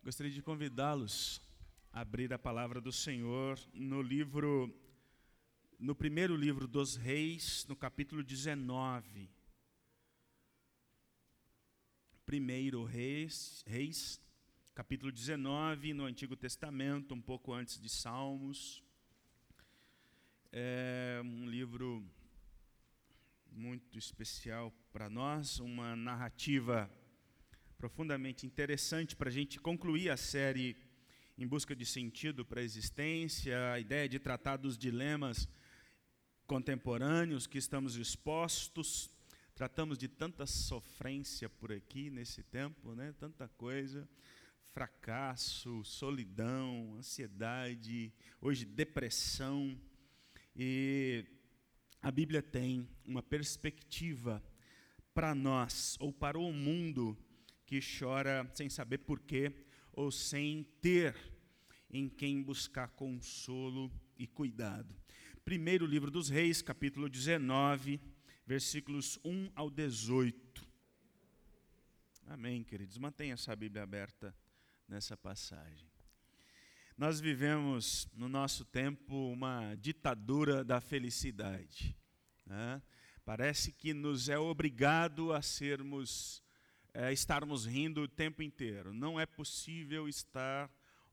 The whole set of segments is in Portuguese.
Gostaria de convidá-los a abrir a palavra do Senhor no primeiro livro dos Reis, no capítulo 19. Primeiro Reis, capítulo 19, no Antigo Testamento, um pouco antes de Salmos. É um livro muito especial para nós, uma narrativa profundamente interessante para a gente concluir a série Em Busca de Sentido para a Existência, a ideia de tratar dos dilemas contemporâneos que estamos expostos. Tratamos de tanta sofrência por aqui nesse tempo, né? Tanta coisa, fracasso, solidão, ansiedade, hoje depressão. E a Bíblia tem uma perspectiva para nós, ou para o mundo que chora sem saber porquê, ou sem ter em quem buscar consolo e cuidado. Primeiro livro dos Reis, capítulo 19, versículos 1 ao 18. Amém, queridos. Mantenha essa Bíblia aberta nessa passagem. Nós vivemos, no nosso tempo, uma ditadura da felicidade, né? Parece que nos é obrigado a estarmos rindo o tempo inteiro. Não é possível estar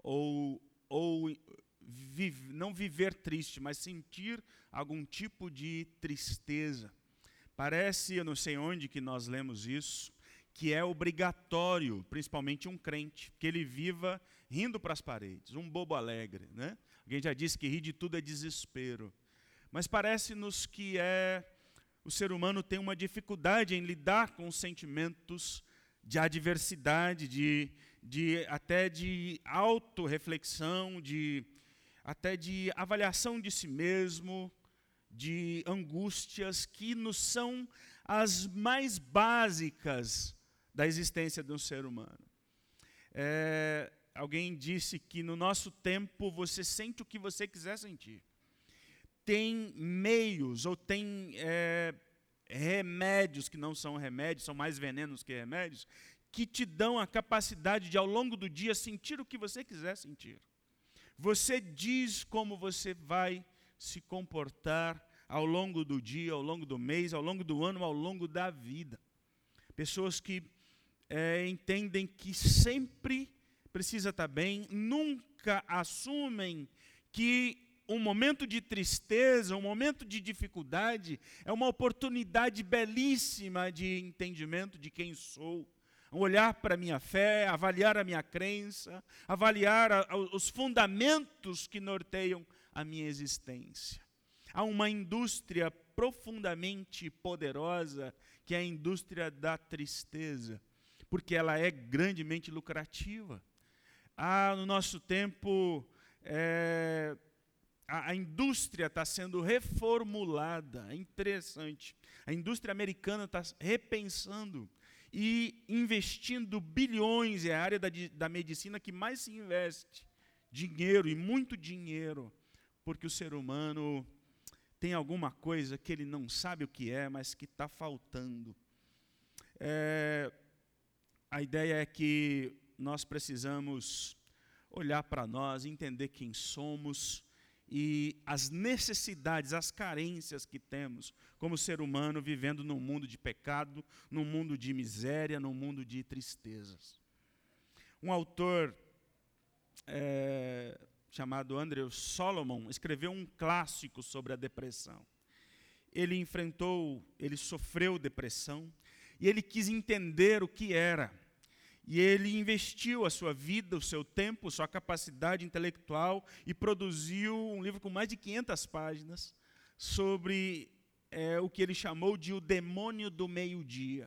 não viver triste, mas sentir algum tipo de tristeza. Parece, eu não sei onde que nós lemos isso, que é obrigatório, principalmente um crente, que ele viva rindo para as paredes, um bobo alegre, né? Alguém já disse que rir de tudo é desespero. Mas parece-nos que o ser humano tem uma dificuldade em lidar com os sentimentos de adversidade, até de autorreflexão, até de avaliação de si mesmo, de angústias que nos são as mais básicas da existência de um ser humano. Alguém disse que no nosso tempo você sente o que você quiser sentir. Tem meios ou tem remédios que não são remédios, são mais venenos que remédios, que te dão a capacidade de, ao longo do dia, sentir o que você quiser sentir. Você diz como você vai se comportar ao longo do dia, ao longo do mês, ao longo do ano, ao longo da vida. Pessoas que entendem que sempre precisa estar bem, nunca assumem que um momento de tristeza, um momento de dificuldade é uma oportunidade belíssima de entendimento de quem sou. Olhar para a minha fé, avaliar a minha crença, avaliar os fundamentos que norteiam a minha existência. Há uma indústria profundamente poderosa, que é a indústria da tristeza, porque ela é grandemente lucrativa. No nosso tempo, a indústria está sendo reformulada, é interessante. A indústria americana está repensando e investindo bilhões, é a área da medicina que mais se investe dinheiro, e muito dinheiro, porque o ser humano tem alguma coisa que ele não sabe o que é, mas que está faltando. A ideia é que nós precisamos olhar para nós, entender quem somos e as necessidades, as carências que temos como ser humano vivendo num mundo de pecado, num mundo de miséria, num mundo de tristezas. Um autor chamado Andrew Solomon escreveu um clássico sobre a depressão. Ele sofreu depressão e ele quis entender o que era. E ele investiu a sua vida, o seu tempo, sua capacidade intelectual e produziu um livro com mais de 500 páginas sobre o que ele chamou de o demônio do meio-dia.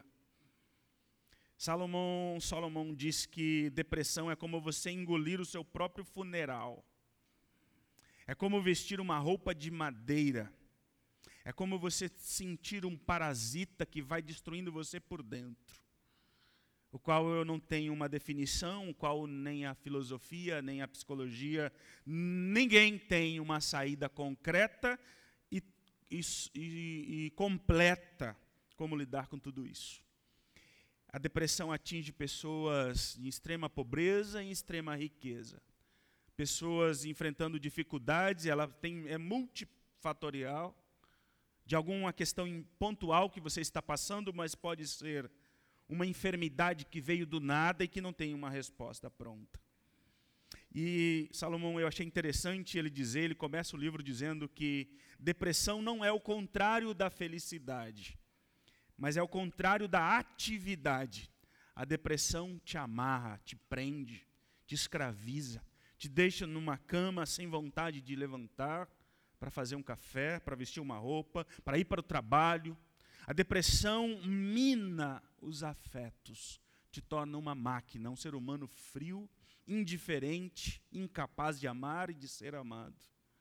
Solomon diz que depressão é como você engolir o seu próprio funeral. É como vestir uma roupa de madeira. É como você sentir um parasita que vai destruindo você por dentro, o qual eu não tenho uma definição, o qual nem a filosofia, nem a psicologia, ninguém tem uma saída concreta e completa como lidar com tudo isso. A depressão atinge pessoas em extrema pobreza e em extrema riqueza. Pessoas enfrentando dificuldades, ela é multifatorial, de alguma questão pontual que você está passando, mas pode ser uma enfermidade que veio do nada e que não tem uma resposta pronta. E Salomão, eu achei interessante ele começa o livro dizendo que depressão não é o contrário da felicidade, mas é o contrário da atividade. A depressão te amarra, te prende, te escraviza, te deixa numa cama sem vontade de levantar para fazer um café, para vestir uma roupa, para ir para o trabalho. A depressão mina os afetos, te torna uma máquina, um ser humano frio, indiferente, incapaz de amar e de ser amado.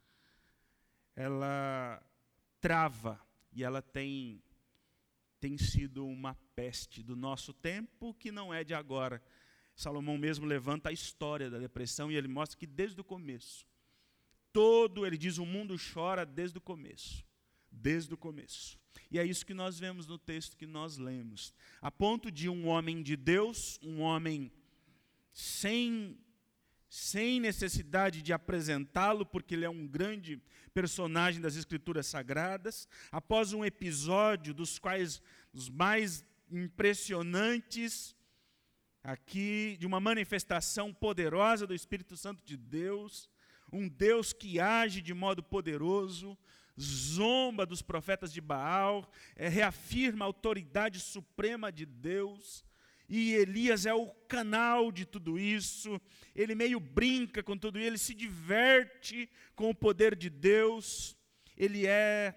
Ela trava e ela tem sido uma peste do nosso tempo que não é de agora. Salomão mesmo levanta a história da depressão e ele mostra que desde o começo, ele diz, o mundo chora desde o começo. Desde o começo. E é isso que nós vemos no texto que nós lemos. A ponto de um homem de Deus, um homem sem necessidade de apresentá-lo, porque ele é um grande personagem das Escrituras Sagradas, após um episódio dos quais os mais impressionantes, aqui, de uma manifestação poderosa do Espírito Santo de Deus, um Deus que age de modo poderoso, zomba dos profetas de Baal, reafirma a autoridade suprema de Deus, e Elias é o canal de tudo isso. Ele meio brinca com tudo isso, ele se diverte com o poder de Deus, ele é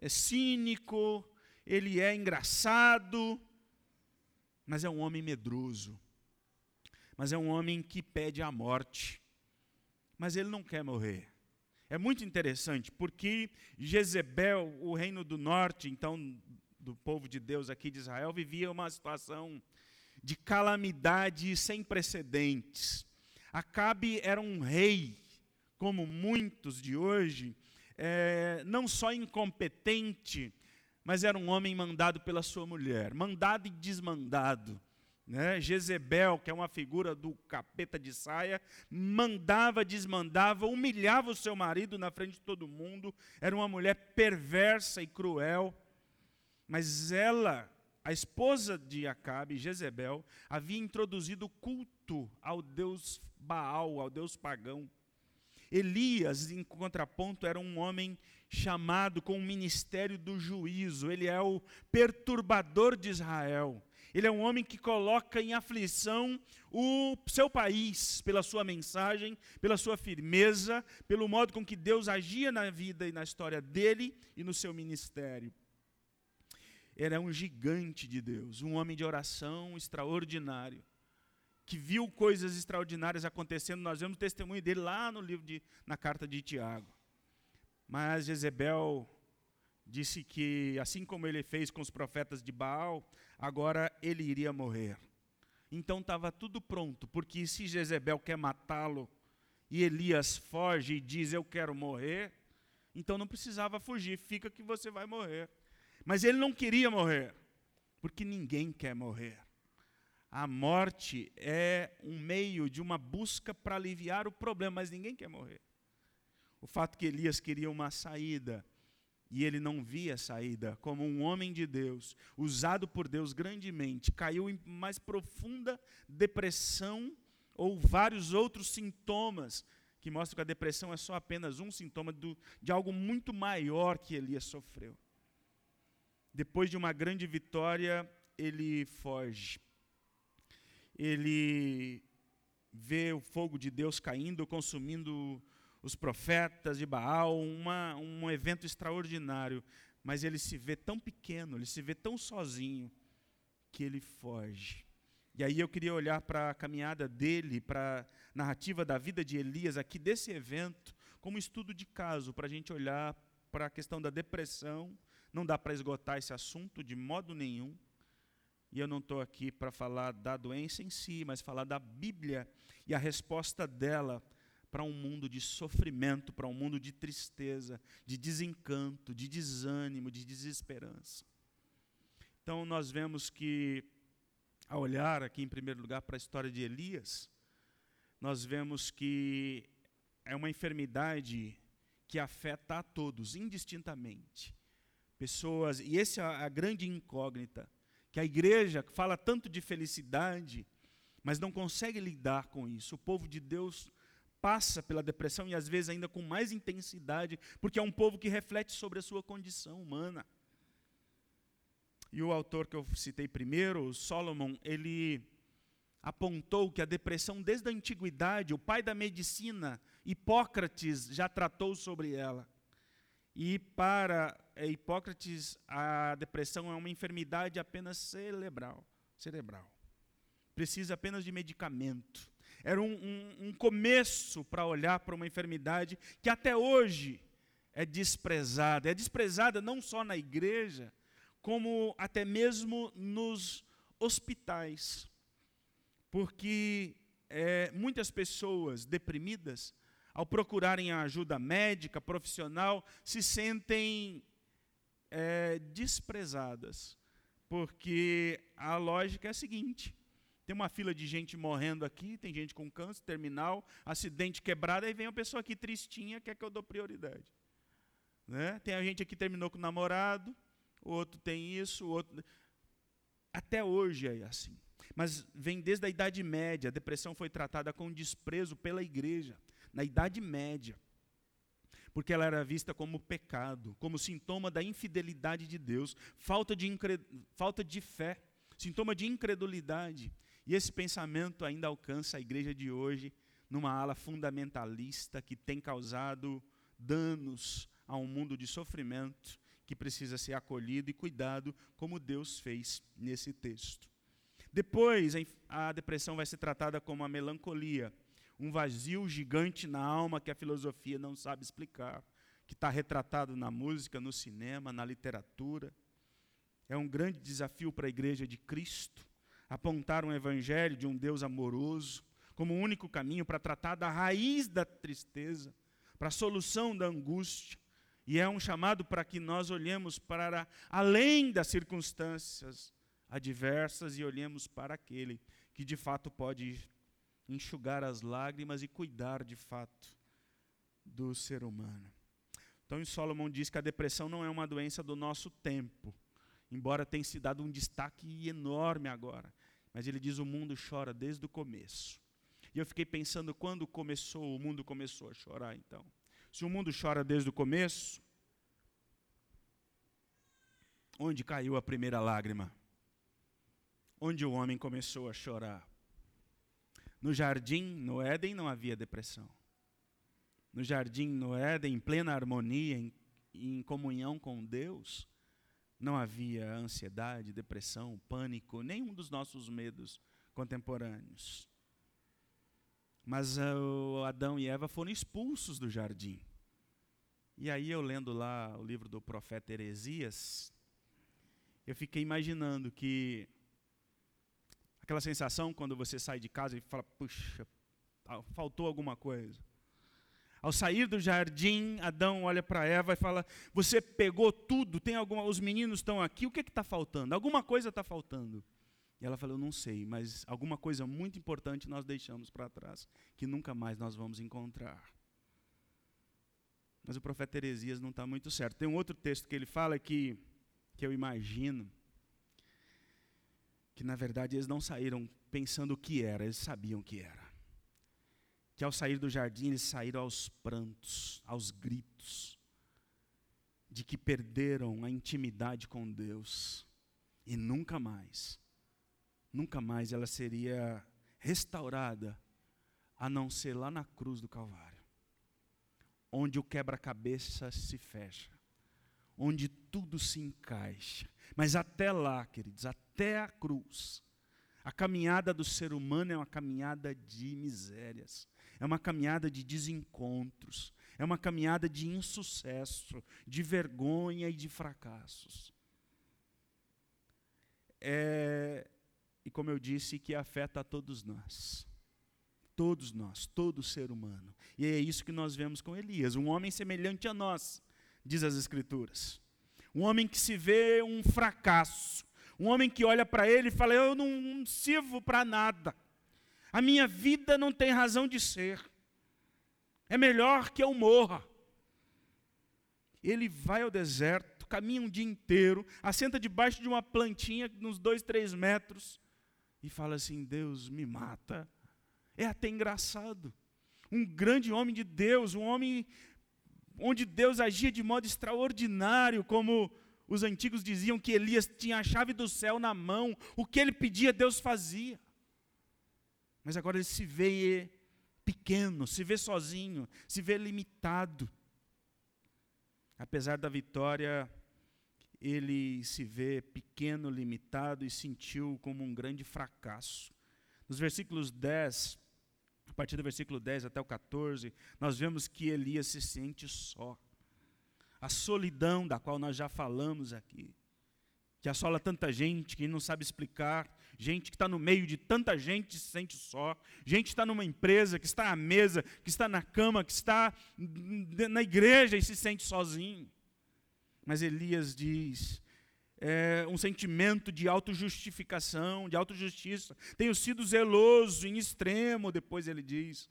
cínico, ele é engraçado, mas é um homem medroso, mas é um homem que pede a morte, mas ele não quer morrer. É muito interessante, porque Jezebel, o reino do norte, então, do povo de Deus aqui de Israel, vivia uma situação de calamidade sem precedentes. Acabe era um rei, como muitos de hoje, não só incompetente, mas era um homem mandado pela sua mulher, mandado e desmandado. Jezebel, que é uma figura do capeta de saia, mandava, desmandava, humilhava o seu marido na frente de todo mundo, era uma mulher perversa e cruel, mas ela, a esposa de Acabe, Jezebel, havia introduzido o culto ao deus Baal, ao deus pagão. Elias, em contraponto, era um homem chamado com o ministério do juízo, ele é o perturbador de Israel. Ele é um homem que coloca em aflição o seu país, pela sua mensagem, pela sua firmeza, pelo modo com que Deus agia na vida e na história dele e no seu ministério. Ele é um gigante de Deus, um homem de oração extraordinário, que viu coisas extraordinárias acontecendo. Nós vemos o testemunho dele lá no livro na carta de Tiago. Mas Jezebel disse que, assim como ele fez com os profetas de Baal, agora ele iria morrer. Então estava tudo pronto, porque se Jezebel quer matá-lo e Elias foge e diz, eu quero morrer, então não precisava fugir, fica que você vai morrer. Mas ele não queria morrer, porque ninguém quer morrer. A morte é um meio de uma busca para aliviar o problema, mas ninguém quer morrer. O fato que Elias queria uma saída, e ele não via saída, como um homem de Deus, usado por Deus grandemente, caiu em mais profunda depressão, ou vários outros sintomas, que mostram que a depressão é só apenas um sintoma de algo muito maior que Elias sofreu. Depois de uma grande vitória, ele foge. Ele vê o fogo de Deus caindo, consumindo os profetas de Baal, um evento extraordinário, mas ele se vê tão pequeno, ele se vê tão sozinho, que ele foge. E aí eu queria olhar para a caminhada dele, para a narrativa da vida de Elias, aqui desse evento, como estudo de caso, para a gente olhar para a questão da depressão. Não dá para esgotar esse assunto de modo nenhum, e eu não estou aqui para falar da doença em si, mas falar da Bíblia e a resposta dela para um mundo de sofrimento, para um mundo de tristeza, de desencanto, de desânimo, de desesperança. Então nós vemos que a olhar aqui em primeiro lugar para a história de Elias, nós vemos que é uma enfermidade que afeta a todos, indistintamente. Pessoas, e essa é a grande incógnita, que a igreja fala tanto de felicidade, mas não consegue lidar com isso. O povo de Deus passa pela depressão e às vezes ainda com mais intensidade, porque é um povo que reflete sobre a sua condição humana. E o autor que eu citei primeiro, o Solomon, ele apontou que a depressão desde a antiguidade, o pai da medicina, Hipócrates, já tratou sobre ela. E para Hipócrates, a depressão é uma enfermidade apenas cerebral. Precisa apenas de medicamento. Era um começo para olhar para uma enfermidade que até hoje é desprezada. É desprezada não só na igreja, como até mesmo nos hospitais. Porque muitas pessoas deprimidas, ao procurarem a ajuda médica, profissional, se sentem desprezadas. Porque a lógica é a seguinte: tem uma fila de gente morrendo aqui, tem gente com câncer terminal, acidente quebrado, aí vem uma pessoa aqui tristinha, quer que eu dou prioridade. Né? Tem a gente aqui que terminou com o namorado, o outro tem isso, o outro... Até hoje é assim. Mas vem desde a Idade Média, a depressão foi tratada com desprezo pela igreja, na Idade Média, porque ela era vista como pecado, como sintoma da infidelidade de Deus, falta de fé, sintoma de incredulidade. E esse pensamento ainda alcança a igreja de hoje, numa ala fundamentalista que tem causado danos a um mundo de sofrimento que precisa ser acolhido e cuidado, como Deus fez nesse texto. Depois, a depressão vai ser tratada como a melancolia, um vazio gigante na alma que a filosofia não sabe explicar, que está retratado na música, no cinema, na literatura. É um grande desafio para a igreja de Cristo, apontar um evangelho de um Deus amoroso como o único caminho para tratar da raiz da tristeza, para a solução da angústia. E é um chamado para que nós olhemos para além das circunstâncias adversas e olhemos para aquele que de fato pode enxugar as lágrimas e cuidar de fato do ser humano. Então, Solomon diz que a depressão não é uma doença do nosso tempo, embora tenha se dado um destaque enorme agora. Mas ele diz: o mundo chora desde o começo. E eu fiquei pensando, quando o mundo começou a chorar, então? Se o mundo chora desde o começo, onde caiu a primeira lágrima? Onde o homem começou a chorar? No jardim, no Éden, não havia depressão. No jardim, no Éden, em plena harmonia, em comunhão com Deus, não havia ansiedade, depressão, pânico, nenhum dos nossos medos contemporâneos. Mas Adão e Eva foram expulsos do jardim. E aí eu lendo lá o livro do profeta Heresias, eu fiquei imaginando que aquela sensação quando você sai de casa e fala: puxa, faltou alguma coisa. Ao sair do jardim, Adão olha para Eva e fala: você pegou tudo, os meninos estão aqui, o que está faltando? Alguma coisa está faltando. E ela falou: eu não sei, mas alguma coisa muito importante nós deixamos para trás, que nunca mais nós vamos encontrar. Mas o profeta Heresias não está muito certo. Tem um outro texto que ele fala que eu imagino, que na verdade eles não saíram pensando o que era, eles sabiam o que era. Que ao sair do jardim eles saíram aos prantos, aos gritos, de que perderam a intimidade com Deus. E nunca mais ela seria restaurada, a não ser lá na cruz do Calvário, onde o quebra-cabeça se fecha, onde tudo se encaixa. Mas até lá, queridos, até a cruz, a caminhada do ser humano é uma caminhada de misérias, é uma caminhada de desencontros, é uma caminhada de insucesso, de vergonha e de fracassos. E como eu disse, que afeta a todos nós, todo ser humano. E é isso que nós vemos com Elias, um homem semelhante a nós, diz as Escrituras. Um homem que se vê um fracasso, Um homem que olha para ele e fala: eu não sirvo para nada. A minha vida não tem razão de ser. É melhor que eu morra. Ele vai ao deserto, caminha um dia inteiro, assenta debaixo de uma plantinha, uns 2, 3 metros, e fala assim: Deus, me mata. É até engraçado. Um grande homem de Deus, um homem onde Deus agia de modo extraordinário, como os antigos diziam que Elias tinha a chave do céu na mão, o que ele pedia, Deus fazia. Mas agora ele se vê pequeno, se vê sozinho, se vê limitado. Apesar da vitória, ele se vê pequeno, limitado e sentiu como um grande fracasso. Nos versículos 10, a partir do versículo 10 até o 14, nós vemos que Elias se sente só. A solidão da qual nós já falamos aqui, que assola tanta gente que não sabe explicar, gente que está no meio de tanta gente e se sente só, gente que está numa empresa, que está à mesa, que está na cama, que está na igreja e se sente sozinho. Mas Elias diz, um sentimento de autojustificação, de autojustiça. Tenho sido zeloso em extremo, depois ele diz.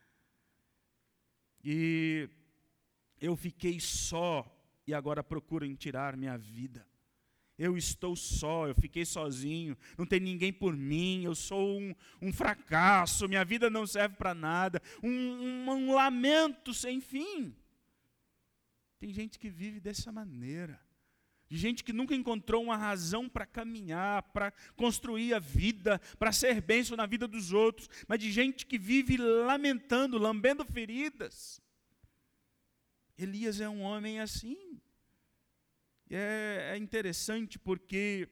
E eu fiquei só e agora procuram tirar minha vida. Eu estou só, eu fiquei sozinho, não tem ninguém por mim, eu sou um fracasso, minha vida não serve para nada, um lamento sem fim. Tem gente que vive dessa maneira, de gente que nunca encontrou uma razão para caminhar, para construir a vida, para ser bênção na vida dos outros, mas de gente que vive lamentando, lambendo feridas. Elias é um homem assim. É interessante porque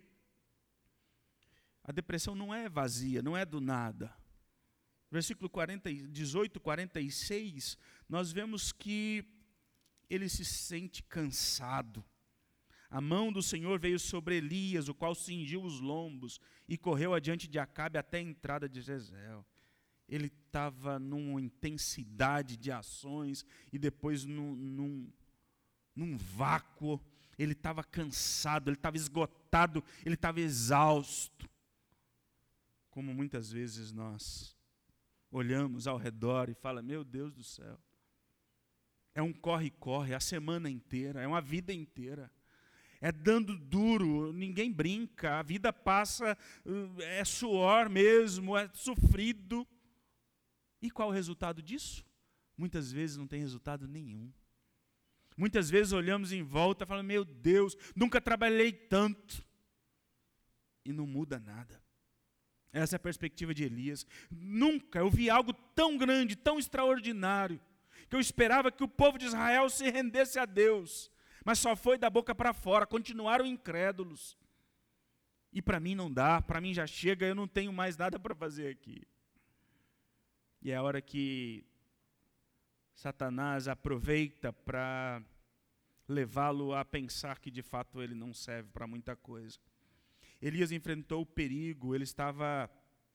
a depressão não é vazia, não é do nada. Versículo 18, 46, nós vemos que ele se sente cansado. A mão do Senhor veio sobre Elias, o qual cingiu os lombos e correu adiante de Acabe até a entrada de Jezreel. Ele estava numa intensidade de ações e depois num vácuo. Ele estava cansado, ele estava esgotado, ele estava exausto. Como muitas vezes nós olhamos ao redor e falamos: meu Deus do céu, é um corre-corre a semana inteira, é uma vida inteira. É dando duro, ninguém brinca, a vida passa, é suor mesmo, é sofrido. E qual o resultado disso? Muitas vezes não tem resultado nenhum. Muitas vezes olhamos em volta e falamos: meu Deus, nunca trabalhei tanto. E não muda nada. Essa é a perspectiva de Elias. Nunca eu vi algo tão grande, tão extraordinário, que eu esperava que o povo de Israel se rendesse a Deus. Mas só foi da boca para fora, continuaram incrédulos. E para mim não dá, para mim já chega, eu não tenho mais nada para fazer aqui. E é a hora que Satanás aproveita para levá-lo a pensar que de fato ele não serve para muita coisa. Elias enfrentou o perigo, ele estava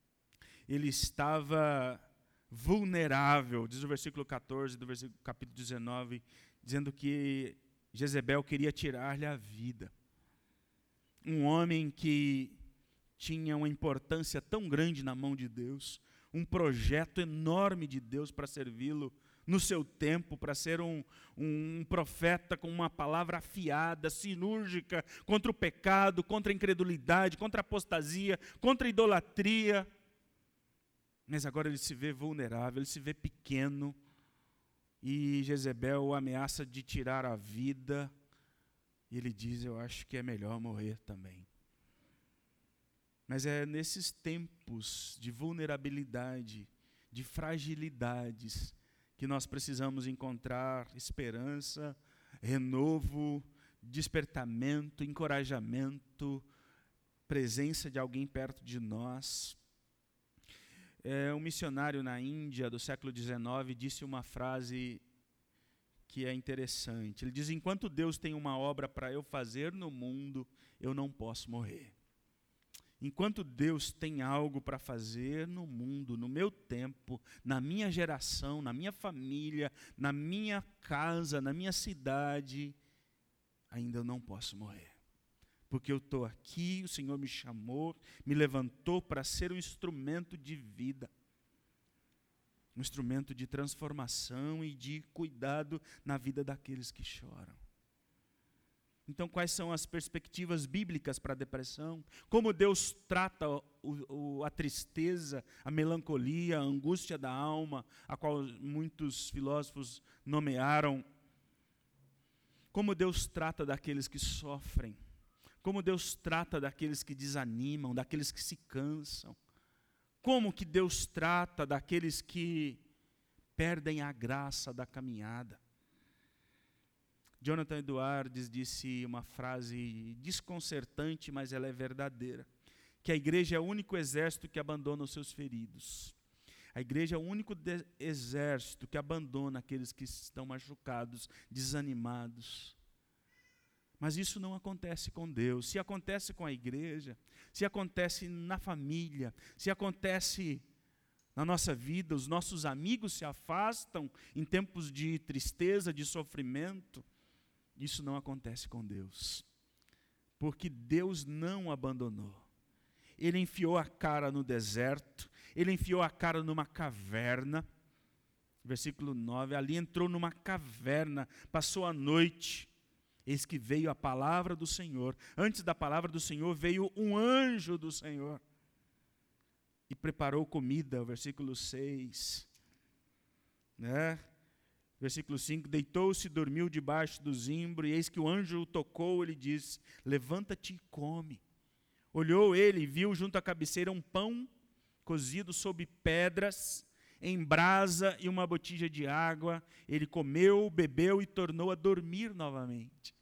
vulnerável, diz o versículo 14 do capítulo 19, dizendo que Jezebel queria tirar-lhe a vida. Um homem que tinha uma importância tão grande na mão de Deus, um projeto enorme de Deus para servi-lo no seu tempo, para ser um profeta com uma palavra afiada, cirúrgica, contra o pecado, contra a incredulidade, contra a apostasia, contra a idolatria. Mas agora ele se vê vulnerável, ele se vê pequeno, e Jezebel o ameaça de tirar a vida, e ele diz: eu acho que é melhor morrer também. Mas é nesses tempos de vulnerabilidade, de fragilidades, que nós precisamos encontrar esperança, renovo, despertamento, encorajamento, presença de alguém perto de nós. Um missionário na Índia do século XIX disse uma frase que é interessante. Ele diz: enquanto Deus tem uma obra para eu fazer no mundo, eu não posso morrer. Enquanto Deus tem algo para fazer no mundo, no meu tempo, na minha geração, na minha família, na minha casa, na minha cidade, ainda eu não posso morrer. porque eu estou aqui, o Senhor me chamou, me levantou para ser um instrumento de vida, um instrumento de transformação e de cuidado na vida daqueles que choram. Então, quais são as perspectivas bíblicas para a depressão? Como Deus trata a tristeza, a melancolia, a angústia da alma, a qual muitos filósofos nomearam? Como Deus trata daqueles que sofrem? Como Deus trata daqueles que desanimam, daqueles que se cansam? Como que Deus trata daqueles que perdem a graça da caminhada? Jonathan Edwards disse uma frase desconcertante, mas ela é verdadeira, que a igreja é o único exército que abandona os seus feridos. A igreja é o único exército que abandona aqueles que estão machucados, desanimados. Mas isso não acontece com Deus. Se acontece com a igreja, se acontece na família, se acontece na nossa vida, os nossos amigos se afastam em tempos de tristeza, de sofrimento, isso não acontece com Deus. Porque Deus não abandonou. Ele enfiou a cara no deserto, ele enfiou a cara numa caverna. Versículo 9, ali entrou numa caverna, passou a noite. Eis que veio a palavra do Senhor. Antes da palavra do Senhor veio um anjo do Senhor. E preparou comida, versículo 6. Versículo 5, deitou-se e dormiu debaixo do zimbro, e eis que o anjo o tocou, ele disse, levanta-te e come. Olhou ele e viu junto à cabeceira um pão cozido sob pedras, em brasa e uma botija de água. Ele comeu, bebeu e tornou a dormir novamente.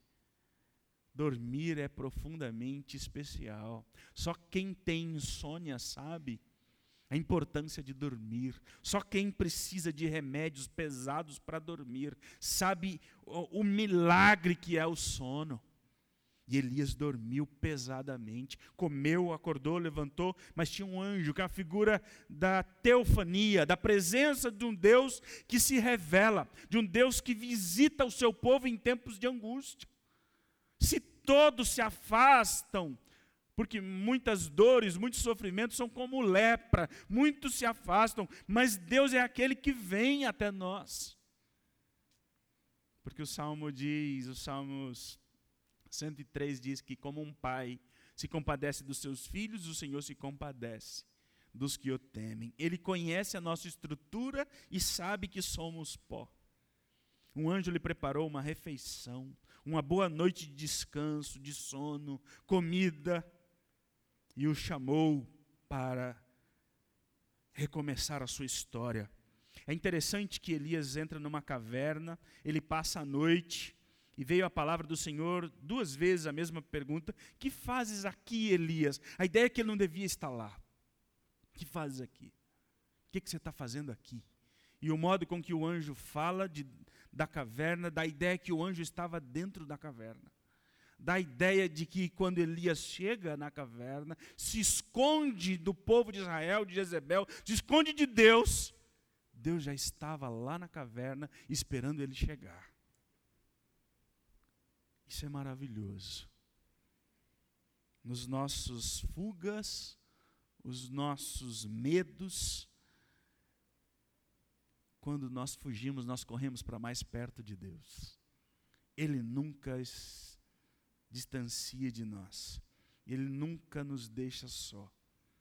Dormir é profundamente especial. Só quem tem insônia sabe a importância de dormir. Só quem precisa de remédios pesados para dormir sabe o milagre que é o sono. E Elias dormiu pesadamente, comeu, acordou, levantou, mas tinha um anjo, que é a figura da teofania, da presença de um Deus que se revela, de um Deus que visita o seu povo em tempos de angústia. Se todos se afastam, porque muitas dores, muitos sofrimentos são como lepra, muitos se afastam, mas Deus é aquele que vem até nós. Porque o Salmo diz, os Salmos 103 diz que como um pai se compadece dos seus filhos, o Senhor se compadece dos que o temem. Ele conhece a nossa estrutura e sabe que somos pó. Um anjo lhe preparou uma refeição, uma boa noite de descanso, de sono, comida, e o chamou para recomeçar a sua história. É interessante que Elias entra numa caverna, ele passa a noite, e veio a palavra do Senhor, 2 vezes a mesma pergunta, que fazes aqui, Elias? A ideia é que ele não devia estar lá. Que fazes aqui? O que você está fazendo aqui? E o modo com que o anjo fala da caverna, dá a ideia que o anjo estava dentro da caverna. Dá a ideia de que quando Elias chega na caverna, se esconde do povo de Israel, de Jezebel, se esconde de Deus, Deus já estava lá na caverna esperando ele chegar. Isso é maravilhoso. Nos nossos fugas, os nossos medos, quando nós fugimos, nós corremos para mais perto de Deus. Ele nunca distancia de nós. Ele nunca nos deixa só.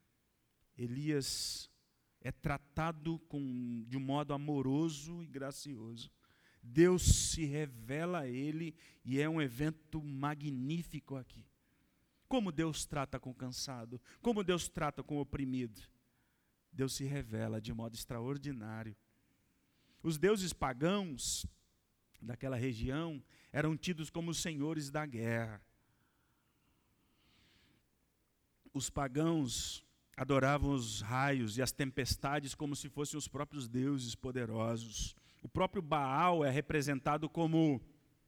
Elias é tratado de um modo amoroso e gracioso. Deus se revela a ele e é um evento magnífico aqui. Como Deus trata com o cansado, como Deus trata com o oprimido. Deus se revela de modo extraordinário. Os deuses pagãos daquela região eram tidos como os senhores da guerra. Os pagãos adoravam os raios e as tempestades como se fossem os próprios deuses poderosos. O próprio Baal é representado como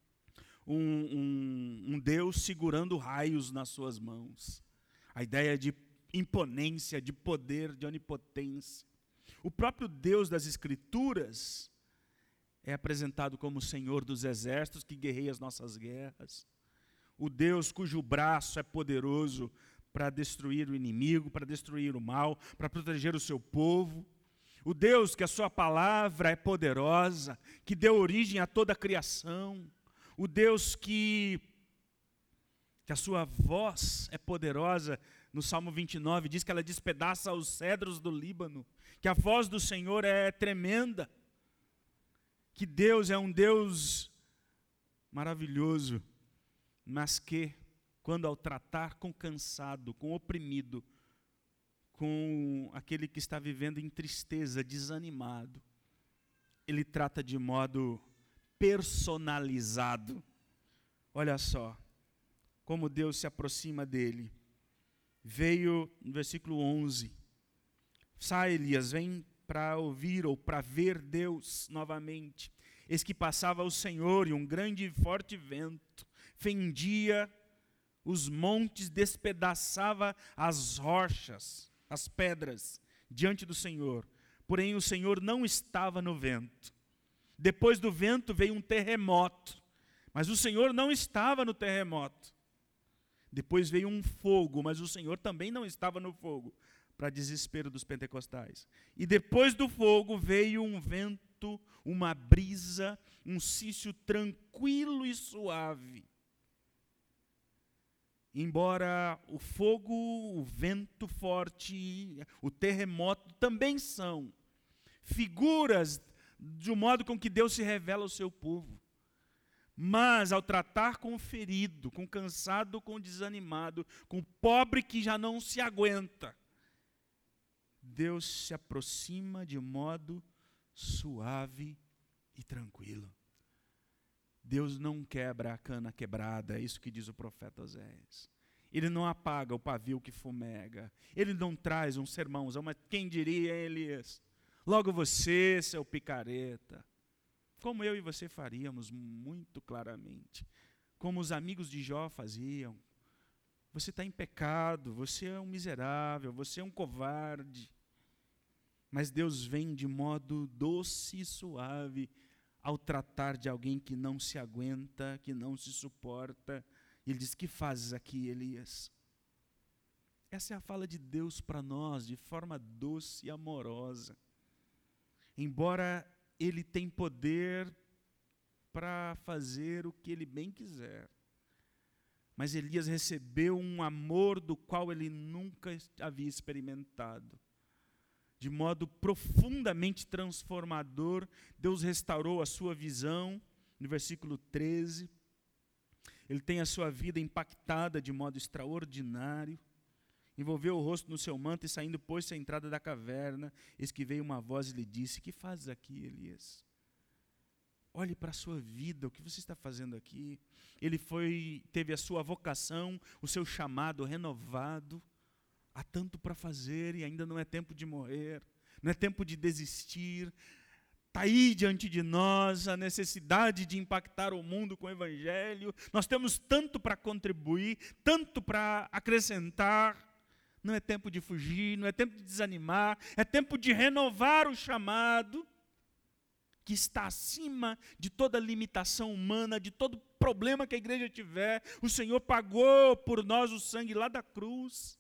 um Deus segurando raios nas suas mãos. A ideia de imponência, de poder, de onipotência. O próprio Deus das Escrituras é apresentado como o Senhor dos exércitos que guerreia as nossas guerras. o Deus cujo braço é poderoso para destruir o inimigo, para destruir o mal, para proteger o seu povo. O Deus que a sua palavra é poderosa, que deu origem a toda a criação. O Deus que a sua voz é poderosa. No Salmo 29 diz que ela despedaça os cedros do Líbano, que a voz do Senhor é tremenda, que Deus é um Deus maravilhoso, mas que, quando ao tratar com o cansado, com o oprimido, com aquele que está vivendo em tristeza, desanimado, Ele trata de modo personalizado. Olha só, como Deus se aproxima dele. Veio, no versículo 11, sai Elias, vem para ouvir ou para ver Deus novamente. Eis que passava o Senhor e um grande e forte vento fendia os montes, despedaçava as rochas, as pedras, diante do Senhor. Porém o Senhor não estava no vento. Depois do vento veio um terremoto, mas o Senhor não estava no terremoto. Depois veio um fogo, mas o Senhor também não estava no fogo, para desespero dos pentecostais. E depois do fogo veio um vento, uma brisa, um cício tranquilo e suave. Embora o fogo, o vento forte, o terremoto também são figuras do modo com que Deus se revela ao seu povo. Mas ao tratar com o ferido, com o cansado, com o desanimado, com o pobre que já não se aguenta, Deus se aproxima de modo suave e tranquilo. Deus não quebra a cana quebrada, é isso que diz o profeta Oséias. Ele não apaga o pavio que fumega. Ele não traz um sermãozão, mas quem diria, Elias? Logo você, seu picareta. Como eu e você faríamos muito claramente. Como os amigos de Jó faziam. Você está em pecado, você é um miserável, você é um covarde. Mas Deus vem de modo doce e suave ao tratar de alguém que não se aguenta, que não se suporta. Ele diz, que fazes aqui, Elias? Essa é a fala de Deus para nós, de forma doce e amorosa. Embora Ele tenha poder para fazer o que Ele bem quiser. Mas Elias recebeu um amor do qual ele nunca havia experimentado. De modo profundamente transformador, Deus restaurou a sua visão, no versículo 13. Ele tem a sua vida impactada de modo extraordinário. Envolveu o rosto no seu manto e saindo, pôs-se à entrada da caverna. Eis que veio uma voz e lhe disse, que fazes aqui, Elias? Olhe para a sua vida, o que você está fazendo aqui? Ele teve a sua vocação, o seu chamado renovado. Há tanto para fazer e ainda não é tempo de morrer, não é tempo de desistir. Está aí diante de nós a necessidade de impactar o mundo com o Evangelho. Nós temos tanto para contribuir, tanto para acrescentar. Não é tempo de fugir, não é tempo de desanimar, é tempo de renovar o chamado que está acima de toda limitação humana, de todo problema que a igreja tiver. O Senhor pagou por nós o sangue lá da cruz.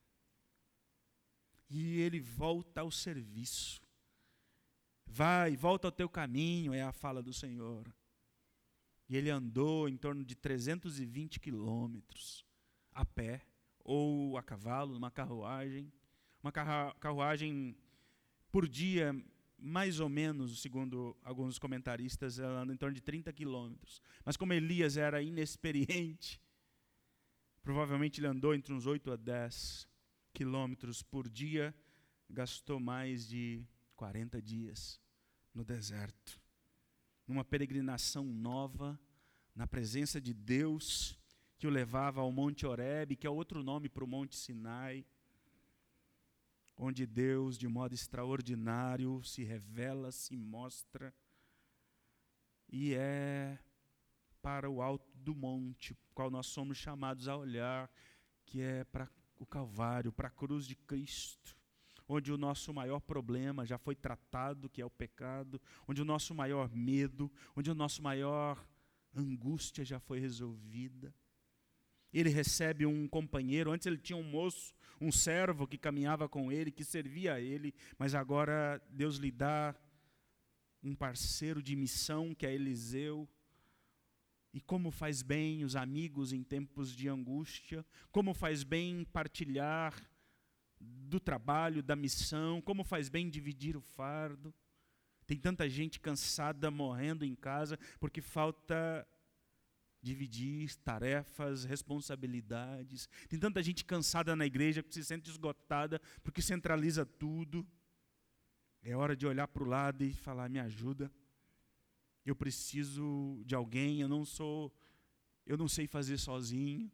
E Ele volta ao serviço. Vai, volta ao teu caminho, é a fala do Senhor. E Ele andou em torno de 320 quilômetros a pé, ou a cavalo, numa carruagem. Uma carruagem por dia, mais ou menos, segundo alguns comentaristas, ela anda em torno de 30 quilômetros. Mas como Elias era inexperiente, provavelmente ele andou entre uns 8 a 10 quilômetros por dia, gastou mais de 40 dias no deserto, numa peregrinação nova, na presença de Deus, que o levava ao Monte Horebe, que é outro nome para o Monte Sinai, onde Deus, de modo extraordinário, se revela, se mostra, e é para o alto do monte, qual nós somos chamados a olhar, que é para o Calvário, para a cruz de Cristo, onde o nosso maior problema já foi tratado, que é o pecado, onde o nosso maior medo, onde o nosso maior angústia já foi resolvida. Ele recebe um companheiro. Antes ele tinha um moço, um servo que caminhava com ele, que servia a ele, mas agora Deus lhe dá um parceiro de missão, que é Eliseu. E como faz bem os amigos em tempos de angústia, como faz bem partilhar do trabalho, da missão, como faz bem dividir o fardo. Tem tanta gente cansada, morrendo em casa, porque falta dividir tarefas, responsabilidades. Tem tanta gente cansada na igreja que se sente esgotada, porque centraliza tudo. É hora de olhar para o lado e falar, me ajuda. Eu preciso de alguém, eu não sei fazer sozinho.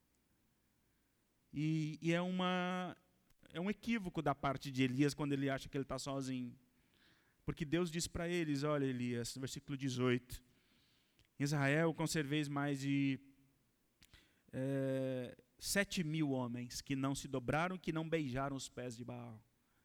E é um equívoco da parte de Elias quando ele acha que ele está sozinho. Porque Deus diz para eles, olha Elias, no versículo 18, em Israel conserveis mais de 7.000 homens que não se dobraram, que não beijaram os pés de Baal.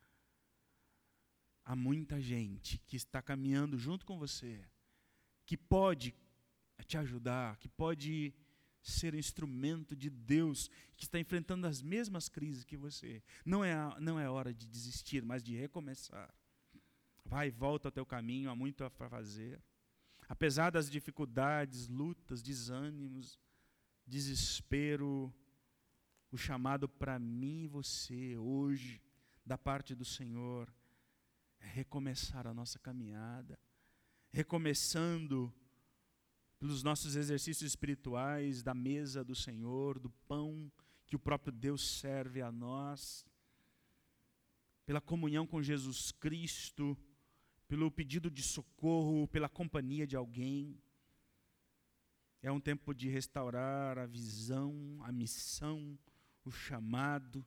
Há muita gente que está caminhando junto com você, que pode te ajudar, que pode ser instrumento de Deus, que está enfrentando as mesmas crises que você. Não é hora de desistir, mas de recomeçar. Vai e volta ao teu caminho, há muito a fazer. Apesar das dificuldades, lutas, desânimos, desespero, o chamado para mim e você hoje, da parte do Senhor, é recomeçar a nossa caminhada, recomeçando pelos nossos exercícios espirituais, da mesa do Senhor, do pão que o próprio Deus serve a nós, pela comunhão com Jesus Cristo, pelo pedido de socorro, pela companhia de alguém. É um tempo de restaurar a visão, a missão, o chamado.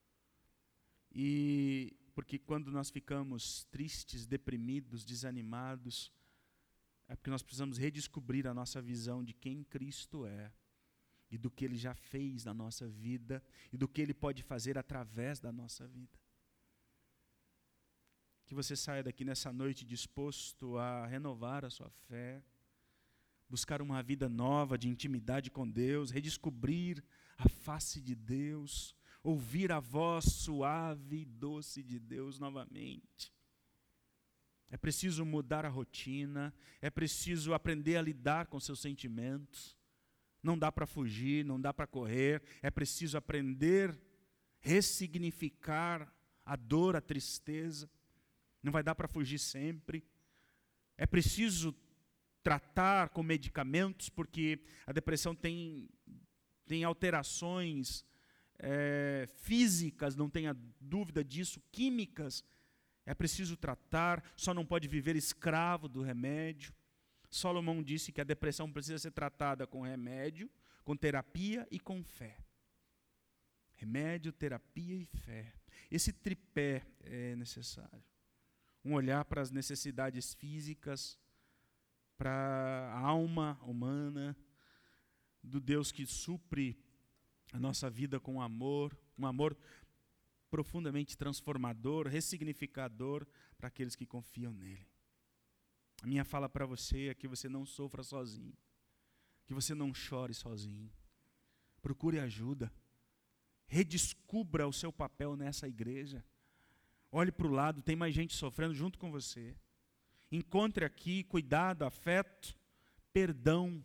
E porque quando nós ficamos tristes, deprimidos, desanimados, é porque nós precisamos redescobrir a nossa visão de quem Cristo é e do que Ele já fez na nossa vida e do que Ele pode fazer através da nossa vida. Que você saia daqui nessa noite disposto a renovar a sua fé, buscar uma vida nova de intimidade com Deus, redescobrir a face de Deus, ouvir a voz suave e doce de Deus novamente. É preciso mudar a rotina, é preciso aprender a lidar com seus sentimentos. Não dá para fugir, não dá para correr, é preciso aprender a ressignificar a dor, a tristeza. Não vai dar para fugir sempre. É preciso tratar com medicamentos, porque a depressão tem alterações físicas, não tenha dúvida disso, químicas. É preciso tratar, só não pode viver escravo do remédio. Salomão disse que a depressão precisa ser tratada com remédio, com terapia e com fé. Remédio, terapia e fé. Esse tripé é necessário. Um olhar para as necessidades físicas, para a alma humana, do Deus que supre a nossa vida com amor, um amor profundamente transformador, ressignificador para aqueles que confiam nele. A minha fala para você é que você não sofra sozinho, que você não chore sozinho. Procure ajuda, redescubra o seu papel nessa igreja. Olhe para o lado, tem mais gente sofrendo junto com você. Encontre aqui cuidado, afeto, perdão,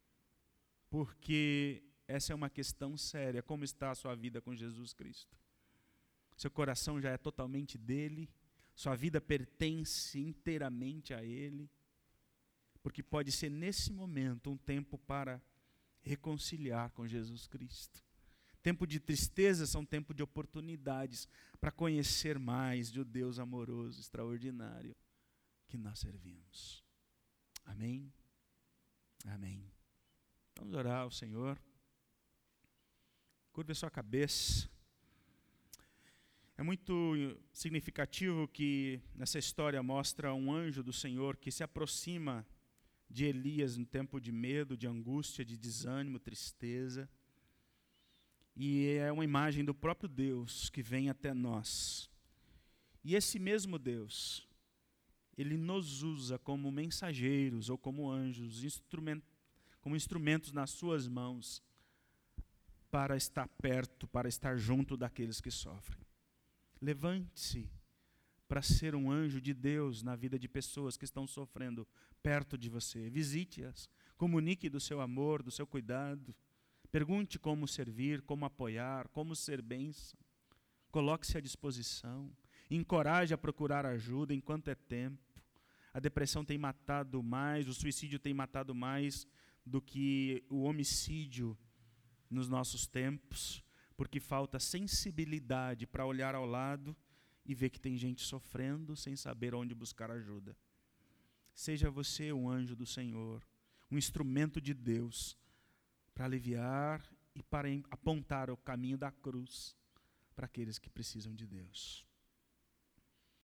porque essa é uma questão séria. Como está a sua vida com Jesus Cristo? Seu coração já é totalmente dele, sua vida pertence inteiramente a ele, porque pode ser nesse momento um tempo para reconciliar com Jesus Cristo. Tempo de tristeza são tempo de oportunidades para conhecer mais de um Deus amoroso, extraordinário, que nós servimos. Amém? Amém. Vamos orar ao Senhor. Curve a sua cabeça. É muito significativo que nessa história mostra um anjo do Senhor que se aproxima de Elias no tempo de medo, de angústia, de desânimo, tristeza. E é uma imagem do próprio Deus que vem até nós. E esse mesmo Deus, Ele nos usa como mensageiros ou como anjos, como instrumentos nas suas mãos, para estar perto, para estar junto daqueles que sofrem. Levante-se para ser um anjo de Deus na vida de pessoas que estão sofrendo perto de você. Visite-as, comunique do seu amor, do seu cuidado. Pergunte como servir, como apoiar, como ser bênção. Coloque-se à disposição. Encoraje a procurar ajuda enquanto é tempo. A depressão tem matado mais, o suicídio tem matado mais do que o homicídio nos nossos tempos, porque falta sensibilidade para olhar ao lado e ver que tem gente sofrendo sem saber onde buscar ajuda. Seja você um anjo do Senhor, um instrumento de Deus para aliviar e para apontar o caminho da cruz para aqueles que precisam de Deus.